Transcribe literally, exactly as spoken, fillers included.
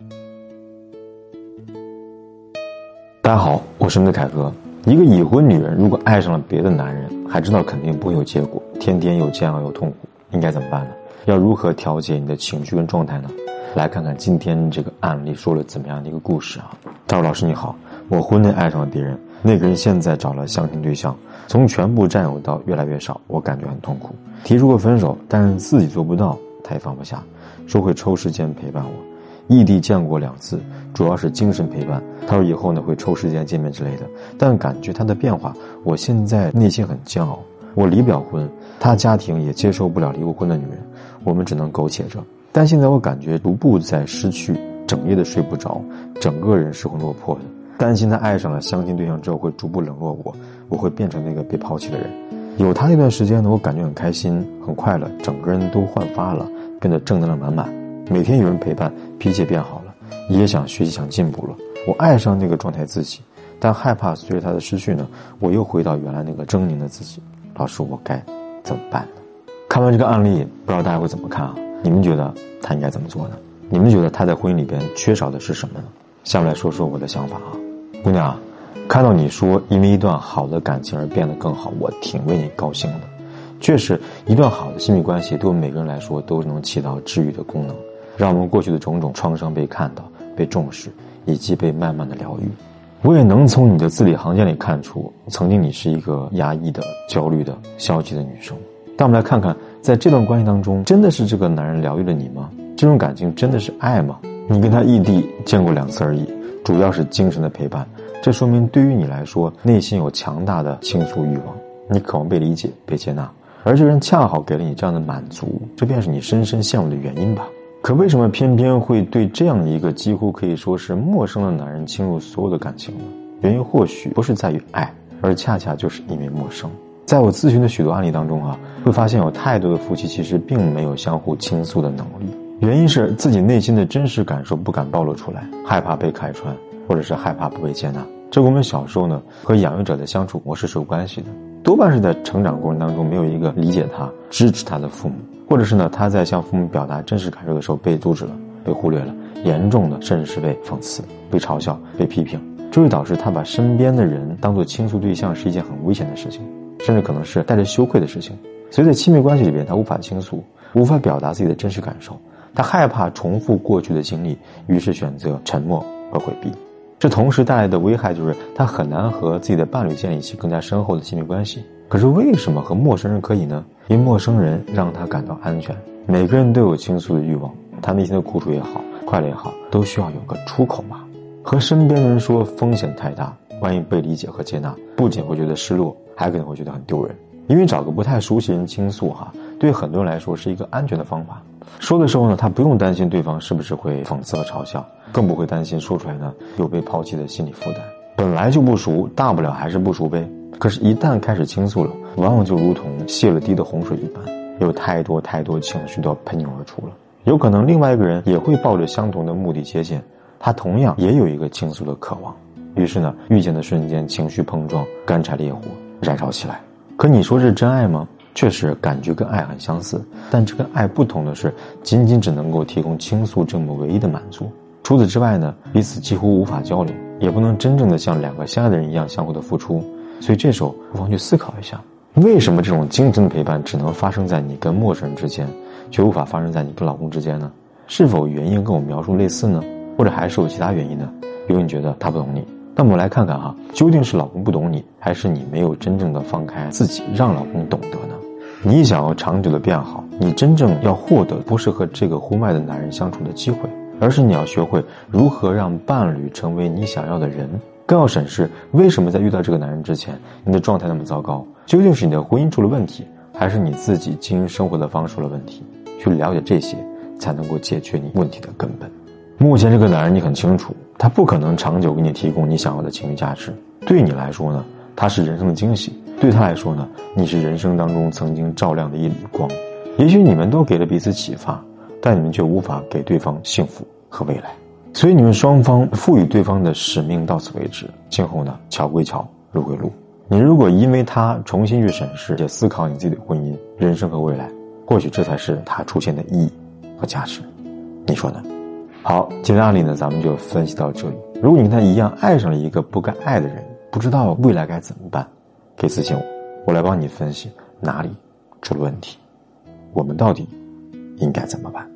大家好，我是你的凯哥。一个已婚女人如果爱上了别的男人，还知道肯定不会有结果，天天又煎熬又痛苦，应该怎么办呢？要如何调节你的情绪跟状态呢？来看看今天这个案例说了怎么样的一个故事啊。赵老师你好，我婚内爱上了别人，那个人现在找了相亲对象，从全部占有到越来越少，我感觉很痛苦。提出过分手，但是自己做不到，他也放不下，说会抽时间陪伴我。异地见过两次，主要是精神陪伴。他说以后呢会抽时间见面之类的，但感觉他的变化，我现在内心很煎熬。我离不了婚，他家庭也接受不了离过婚的女人，我们只能苟且着。但现在我感觉逐步在失去，整夜的睡不着，整个人失魂落魄的。担心他爱上了相亲对象之后会逐步冷落我，我会变成那个被抛弃的人。有他那段时间呢，我感觉很开心很快乐，整个人都焕发了，变得正能量满满。每天有人陪伴，脾气变好了，也想学习想进步了。我爱上那个状态自己，但害怕随着他的失去呢，我又回到原来那个狰狞的自己。老师，我该怎么办呢？看完这个案例，不知道大家会怎么看啊？你们觉得他应该怎么做呢？你们觉得他在婚姻里边缺少的是什么呢？下面来说说我的想法啊。姑娘，看到你说因为一段好的感情而变得更好，我挺为你高兴的。确实，一段好的亲密关系对我们每个人来说都能起到治愈的功能，让我们过去的种种创伤被看到、被重视，以及被慢慢的疗愈。我也能从你的字里行间里看出，曾经你是一个压抑的、焦虑的、消极的女生。但我们来看看，在这段关系当中，真的是这个男人疗愈了你吗？这种感情真的是爱吗？你跟他异地见过两次而已，主要是精神的陪伴，这说明对于你来说，内心有强大的倾诉欲望，你渴望被理解、被接纳，而这人恰好给了你这样的满足，这便是你深深羡慕的原因吧。可为什么偏偏会对这样一个几乎可以说是陌生的男人倾入所有的感情呢？原因或许不是在于爱，而恰恰就是因为陌生。在我咨询的许多案例当中啊，会发现有太多的夫妻其实并没有相互倾诉的能力，原因是自己内心的真实感受不敢暴露出来，害怕被看穿，或者是害怕不被接纳。这跟我们小时候呢和养育者的相处模式是有关系的，多半是在成长过程当中没有一个理解他、支持他的父母，或者是呢他在向父母表达真实感受的时候被阻止了、被忽略了，严重的甚至是被讽刺、被嘲笑、被批评，这会导致他把身边的人当作倾诉对象是一件很危险的事情，甚至可能是带着羞愧的事情。所以在亲密关系里边，他无法倾诉，无法表达自己的真实感受，他害怕重复过去的经历，于是选择沉默和回避。这同时带来的危害就是他很难和自己的伴侣建立起更加深厚的亲密关系。可是为什么和陌生人可以呢？因为陌生人让他感到安全。每个人都有倾诉的欲望，他内心的苦楚也好，快乐也好，都需要有个出口嘛。和身边人说风险太大，万一被理解和接纳，不仅会觉得失落，还可能会觉得很丢人。因为找个不太熟悉人倾诉哈，对很多人来说是一个安全的方法。说的时候呢，他不用担心对方是不是会讽刺和嘲笑，更不会担心说出来呢有被抛弃的心理负担。本来就不熟，大不了还是不熟呗。可是一旦开始倾诉了，往往就如同泄了堤的洪水一般，有太多太多情绪都要喷涌而出了。有可能另外一个人也会抱着相同的目的接近，他同样也有一个倾诉的渴望。于是呢，遇见的瞬间情绪碰撞，干柴烈火，燃烧起来。可你说这是真爱吗？确实感觉跟爱很相似，但这跟爱不同的是，仅仅只能够提供倾诉这么唯一的满足。除此之外呢，彼此几乎无法交流，也不能真正的像两个相爱的人一样相互的付出。所以这时候不妨去思考一下，为什么这种精神的陪伴只能发生在你跟陌生人之间，却无法发生在你跟老公之间呢？是否原因跟我描述类似呢？或者还是有其他原因呢？比如你觉得他不懂你，那我们来看看哈，究竟是老公不懂你，还是你没有真正的放开自己，让老公懂得呢？你想要长久的变好，你真正要获得不是和这个呼麦的男人相处的机会，而是你要学会如何让伴侣成为你想要的人。更要审视为什么在遇到这个男人之前，你的状态那么糟糕，究竟是你的婚姻出了问题，还是你自己经营生活的方式出了问题？去了解这些，才能够解决你问题的根本。目前这个男人你很清楚，他不可能长久给你提供你想要的情绪价值。对你来说呢，他是人生的惊喜；对他来说呢，你是人生当中曾经照亮的一缕光。也许你们都给了彼此启发，但你们却无法给对方幸福和未来。所以你们双方赋予对方的使命到此为止，今后呢，桥归桥，路归路。你如果因为他重新去审视且思考你自己的婚姻、人生和未来，或许这才是他出现的意义和价值。你说呢？ 好，今天的案例呢，咱们就分析到这里。如果你跟他一样爱上了一个不该爱的人，不知道未来该怎么办，可以私信我，我来帮你分析哪里出了问题，我们到底应该怎么办。